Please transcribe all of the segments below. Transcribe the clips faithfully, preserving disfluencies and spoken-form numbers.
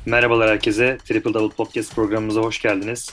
Merhabalar herkese. Triple Double Podcast programımıza hoş geldiniz.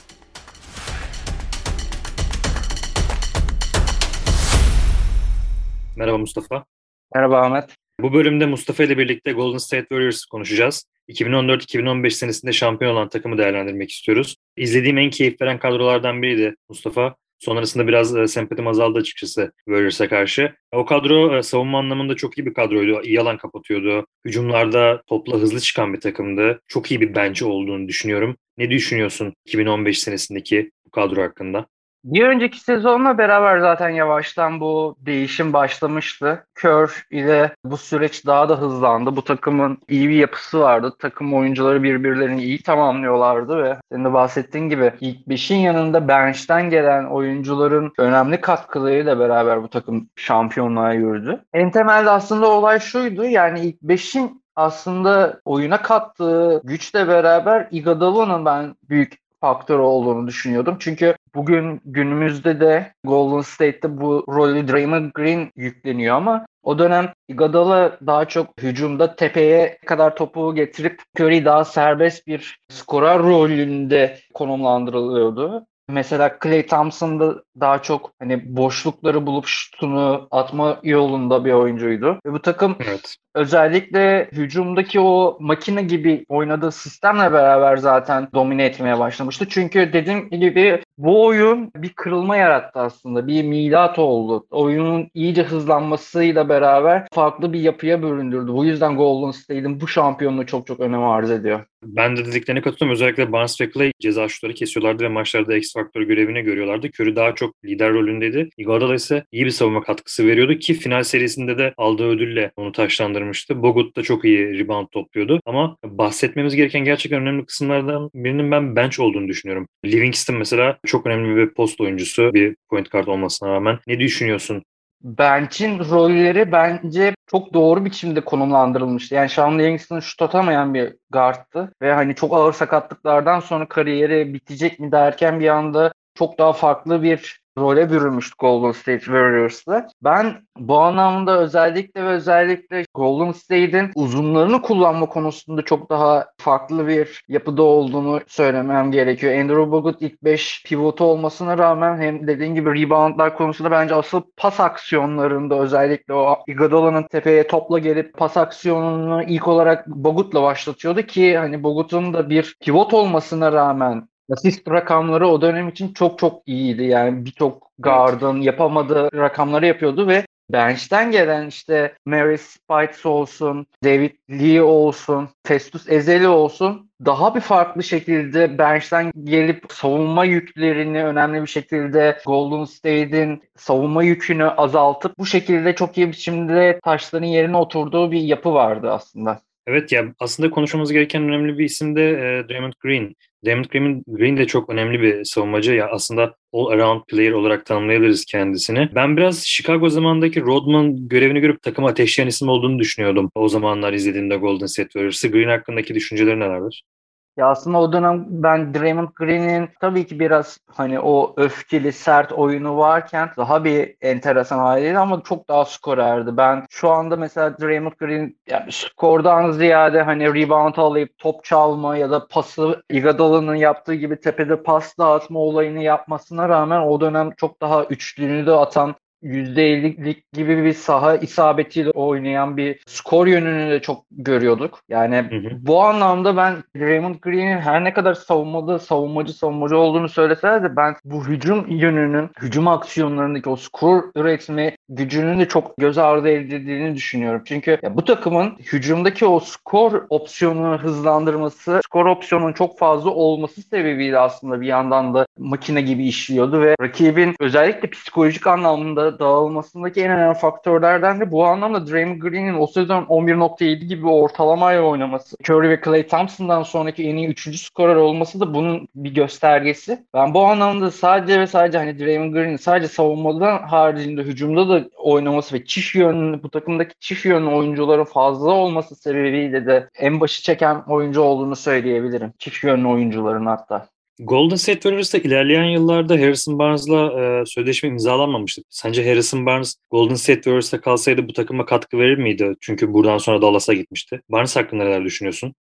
Merhaba Mustafa. Merhaba Ahmet. Bu bölümde Mustafa ile birlikte Golden State Warriors konuşacağız. iki bin on dört iki bin on beş senesinde şampiyon olan takımı değerlendirmek istiyoruz. İzlediğim en keyif veren kadrolardan biriydi Mustafa. Sonrasında biraz e, sempatim azaldı açıkçası Warriors'a karşı. O kadro e, savunma anlamında çok iyi bir kadroydu. İyi alan kapatıyordu. Hücumlarda topla hızlı çıkan bir takımdı. Çok iyi bir bench olduğunu düşünüyorum. Ne düşünüyorsun iki bin on beş senesindeki bu kadro hakkında? Bir önceki sezonla beraber zaten yavaştan bu değişim başlamıştı. Kerr ile bu süreç daha da hızlandı. Bu takımın iyi bir yapısı vardı. Takım oyuncuları birbirlerini iyi tamamlıyorlardı ve senin de bahsettiğin gibi ilk beşin yanında bench'ten gelen oyuncuların önemli katkılarıyla beraber bu takım şampiyonluğa yürüdü. En temelde aslında olay şuydu. Yani ilk beşin aslında oyuna kattığı güçle beraber Iguodala'nın ben büyük faktör olduğunu düşünüyordum. Çünkü bugün günümüzde de Golden State'te bu rolü Draymond Green yükleniyor ama o dönem Iguodala daha çok hücumda tepeye kadar topu getirip Curry daha serbest bir skorer rolünde konumlandırılıyordu. Mesela Klay Thompson da daha çok hani boşlukları bulup şutunu atma yolunda bir oyuncuydu. Ve bu takım Evet. özellikle hücumdaki o makine gibi oynadığı sistemle beraber zaten domine etmeye başlamıştı. Çünkü dediğim gibi bu oyun bir kırılma yarattı aslında. Bir milat oldu. Oyunun iyice hızlanmasıyla beraber farklı bir yapıya büründürdü. Bu yüzden Golden State'in bu şampiyonluğu çok çok önem arz ediyor. Ben de dediklerine katılıyorum. Özellikle Barnes ve Clay ceza şutları kesiyorlardı ve maçlarda X faktör görevini görüyorlardı. Curry daha çok lider rolündeydi. Iguodala ise iyi bir savunma katkısı veriyordu ki final serisinde de aldığı ödülle onu taçlandırmıştı. Bogut da çok iyi rebound topluyordu. Ama bahsetmemiz gereken gerçekten önemli kısımlardan birinin ben bench olduğunu düşünüyorum. Livingston mesela çok önemli bir post oyuncusu, bir point guard olmasına rağmen. Ne düşünüyorsun? Bench'in rolleri bence çok doğru biçimde konumlandırılmıştı. Yani Sean Livingston şut atamayan bir guardtı ve hani çok ağır sakatlıklardan sonra kariyeri bitecek mi derken bir anda çok daha farklı bir role bürünmüştü Golden State Warriors'la. Ben bu anlamda özellikle ve özellikle Golden State'in uzunlarını kullanma konusunda çok daha farklı bir yapıda olduğunu söylemem gerekiyor. Andrew Bogut ilk beş pivotu olmasına rağmen hem dediğin gibi reboundlar konusunda bence asıl pas aksiyonlarında özellikle o Iguodala'nın tepeye topla gelip pas aksiyonunu ilk olarak Bogut'la başlatıyordu ki hani Bogut'un da bir pivot olmasına rağmen asist rakamları o dönem için çok çok iyiydi. Yani birçok Evet. guard'ın yapamadığı rakamları yapıyordu ve bench'ten gelen işte Mary Spites olsun, David Lee olsun, Festus Ezeli olsun daha bir farklı şekilde bench'ten gelip savunma yüklerini önemli bir şekilde Golden State'in savunma yükünü azaltıp bu şekilde çok iyi biçimde taşların yerine oturduğu bir yapı vardı aslında. Evet ya aslında konuşmamız gereken önemli bir isim de e, Draymond Green. Draymond Green, Green de çok önemli bir savunmacı. Ya aslında all-around player olarak tanımlayabiliriz kendisini. Ben biraz Chicago zamanındaki Rodman görevini görüp takımı ateşleyen isim olduğunu düşünüyordum. O zamanlar izlediğimde Golden State Warriors'ı. Green hakkındaki düşünceleri nelerdir? Ya aslında o dönem ben Draymond Green'in tabii ki biraz hani o öfkeli sert oyunu varken daha bir enteresan haliydi ama çok daha skorerdi. Ben şu anda mesela Draymond Green yani skordan ziyade hani rebound alayıp top çalma ya da pası Iguodala'nın yaptığı gibi tepede pas dağıtma olayını yapmasına rağmen o dönem çok daha üçlüğünü de atan yüzde ellilik gibi bir saha isabetiyle oynayan bir skor yönünü de çok görüyorduk. Yani Hı hı. bu anlamda ben Draymond Green'in her ne kadar savunmada savunmacı savunmacı olduğunu söyleseler de ben bu hücum yönünün, hücum aksiyonlarındaki o skor üretme gücünün de çok göz ardı edildiğini düşünüyorum. Çünkü ya bu takımın hücumdaki o skor opsiyonunu hızlandırması, skor opsiyonunun çok fazla olması sebebiyle aslında bir yandan da makine gibi işliyordu ve rakibin özellikle psikolojik anlamda dağılmasındaki en önemli faktörlerden de bu anlamda Draymond Green'in o sezon on bir nokta yedi gibi ortalamayla oynaması, Curry ve Klay Thompson'dan sonraki en iyi üçüncü skorer olması da bunun bir göstergesi. Ben bu anlamda sadece ve sadece hani Draymond Green'in sadece savunmadan haricinde hücumda da oynaması ve çift yönlü bu takımdaki çift yönlü oyuncuların fazla olması sebebiyle de en başı çeken oyuncu olduğunu söyleyebilirim. Çift yönlü oyuncuların hatta. Golden State Warriors'ta ilerleyen yıllarda Harrison Barnes'la e, sözleşme imzalanmamıştı. Sence Harrison Barnes Golden State Warriors'ta kalsaydı bu takıma katkı verir miydi? Çünkü buradan sonra Dallas'a gitmişti. Barnes hakkında neler düşünüyorsun?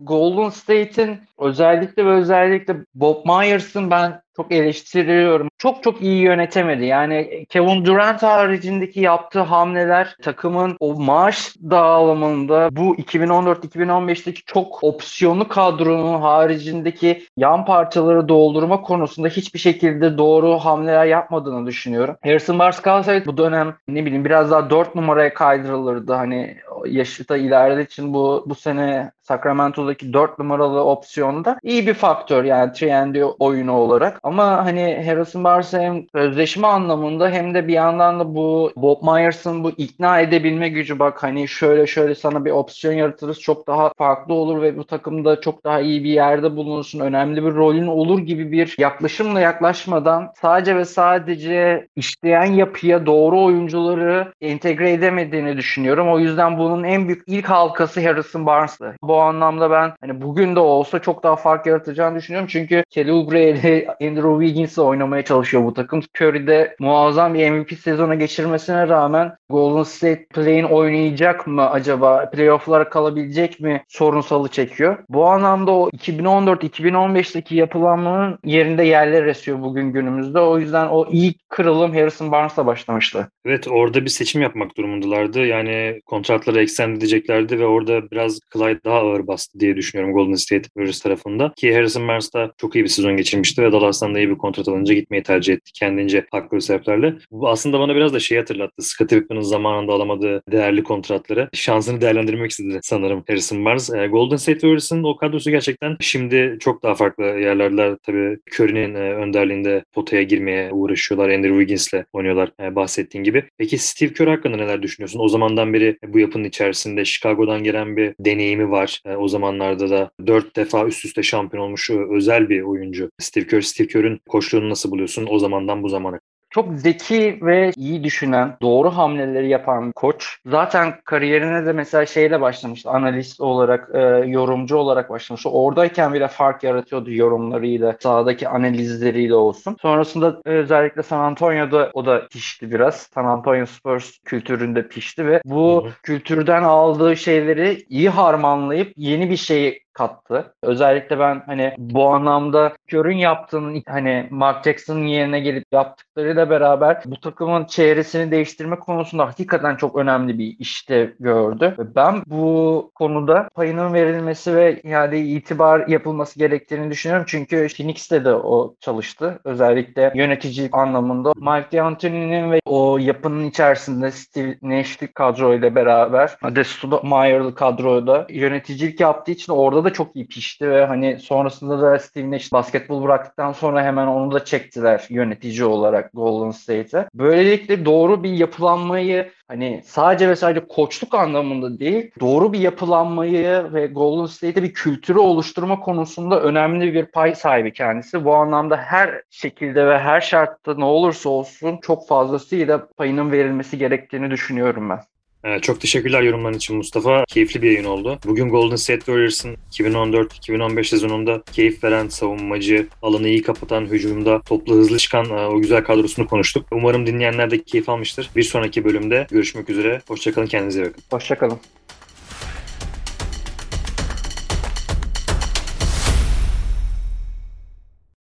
Golden State'in özellikle ve özellikle Bob Myers'ın ben çok eleştiriyorum. Çok çok iyi yönetemedi. Yani Kevin Durant haricindeki yaptığı hamleler takımın o maaş dağılımında bu iki bin on dört iki bin on beşteki çok opsiyonlu kadronun haricindeki yan parçaları doldurma konusunda hiçbir şekilde doğru hamleler yapmadığını düşünüyorum. Harrison Barnes kalsaydı bu dönem ne bileyim biraz daha dört numaraya kaydırılırdı. Hani yaşı da ileride için bu bu sene Sacramento'daki dört numaralı opsiyonda iyi bir faktör yani üç and D oyunu olarak. Ama hani Harrison Barnes hem sözleşme anlamında hem de bir yandan da bu Bob Myers'ın bu ikna edebilme gücü, bak hani şöyle şöyle sana bir opsiyon yaratırız, çok daha farklı olur ve bu takımda çok daha iyi bir yerde bulunursun, önemli bir rolün olur gibi bir yaklaşımla yaklaşmadan sadece ve sadece işleyen yapıya doğru oyuncuları entegre edemediğini düşünüyorum. O yüzden bunun en büyük ilk halkası Harrison Barnes'tı. Bu anlamda ben hani bugün de olsa çok daha fark yaratacağını düşünüyorum. Çünkü Kelly Oubre ile Andrew Wiggins'le oynamaya çalışıyor bu takım. Curry'de muazzam bir M V P sezonu geçirmesine rağmen Golden State play-in oynayacak mı acaba? Playoff'lara kalabilecek mi sorunsalı çekiyor. Bu anlamda o iki bin on dört iki bin on beşteki yapılanmanın yerinde yerler esiyor bugün günümüzde. O yüzden o ilk kırılım Harrison Barnes'la başlamıştı. Evet, orada bir seçim yapmak durumundalardı. Yani kontratları extend edeceklerdi ve orada biraz Clyde daha ağır bastı diye düşünüyorum Golden State Warriors tarafında. Ki Harrison Barnes da çok iyi bir sezon geçirmişti ve Dallas'tan da iyi bir kontrat alınca gitmeyi tercih etti kendince haklı sebeplerle. Bu aslında bana biraz da şeyi hatırlattı. Scottie Pippen'ın zamanında alamadığı değerli kontratları. Şansını değerlendirmek istedi sanırım Harrison Barnes. E, Golden State Warriors'ın o kadrosu gerçekten şimdi çok daha farklı yerlerdeler. Tabii Curry'nin e, önderliğinde potaya girmeye uğraşıyorlar. Andrew Wiggins'le oynuyorlar e, bahsettiğin gibi. Peki Steve Kerr hakkında neler düşünüyorsun? O zamandan beri bu yapının içerisinde Chicago'dan gelen bir deneyimi var. E, o zamanlarda da dört defa üst üste şampiyon olmuş e, özel bir oyuncu. Steve Kerr, Steve Kerr'ün koçluğunu nasıl buluyorsun o zamandan bu zamana? Çok zeki ve iyi düşünen, doğru hamleleri yapan bir koç. Zaten kariyerine de mesela şeyle başlamıştı. Analist olarak, e, yorumcu olarak başlamıştı. Oradayken bile fark yaratıyordu yorumlarıyla, sahadaki analizleriyle olsun. Sonrasında e, özellikle San Antonio'da o da pişti biraz. San Antonio Spurs kültüründe pişti ve bu Hı hı. kültürden aldığı şeyleri iyi harmanlayıp yeni bir şey kattı. Özellikle ben hani bu anlamda Curry'in yaptığının hani Mark Jackson'ın yerine gelip yaptıklarıyla beraber bu takımın çevresini değiştirme konusunda hakikaten çok önemli bir işte gördü. Ve ben bu konuda payının verilmesi ve yani itibar yapılması gerektiğini düşünüyorum. Çünkü Phoenix'te de o çalıştı. Özellikle yöneticilik anlamında Mike D'Antoni'nin ve o yapının içerisinde Steve Nash'lik kadroyla beraber De Stoudemire'lı kadroyla yöneticilik yaptığı için orada da çok iyi pişti ve hani sonrasında da Steve Nash basketbol bıraktıktan sonra hemen onu da çektiler yönetici olarak Golden State'e. Böylelikle doğru bir yapılanmayı hani sadece ve sadece koçluk anlamında değil, doğru bir yapılanmayı ve Golden State'e bir kültürü oluşturma konusunda önemli bir pay sahibi kendisi. Bu anlamda her şekilde ve her şartta ne olursa olsun çok fazlasıyla payının verilmesi gerektiğini düşünüyorum ben. Ee, Çok teşekkürler yorumların için Mustafa. Keyifli bir yayın oldu. Bugün Golden State Warriors'ın iki bin on dört iki bin on beş sezonunda keyif veren savunmacı, alanı iyi kapatan, hücumda toplu hızlı çıkan e, o güzel kadrosunu konuştuk. Umarım dinleyenler de keyif almıştır. Bir sonraki bölümde görüşmek üzere. Hoşçakalın, kendinize iyi bakın. Hoşçakalın.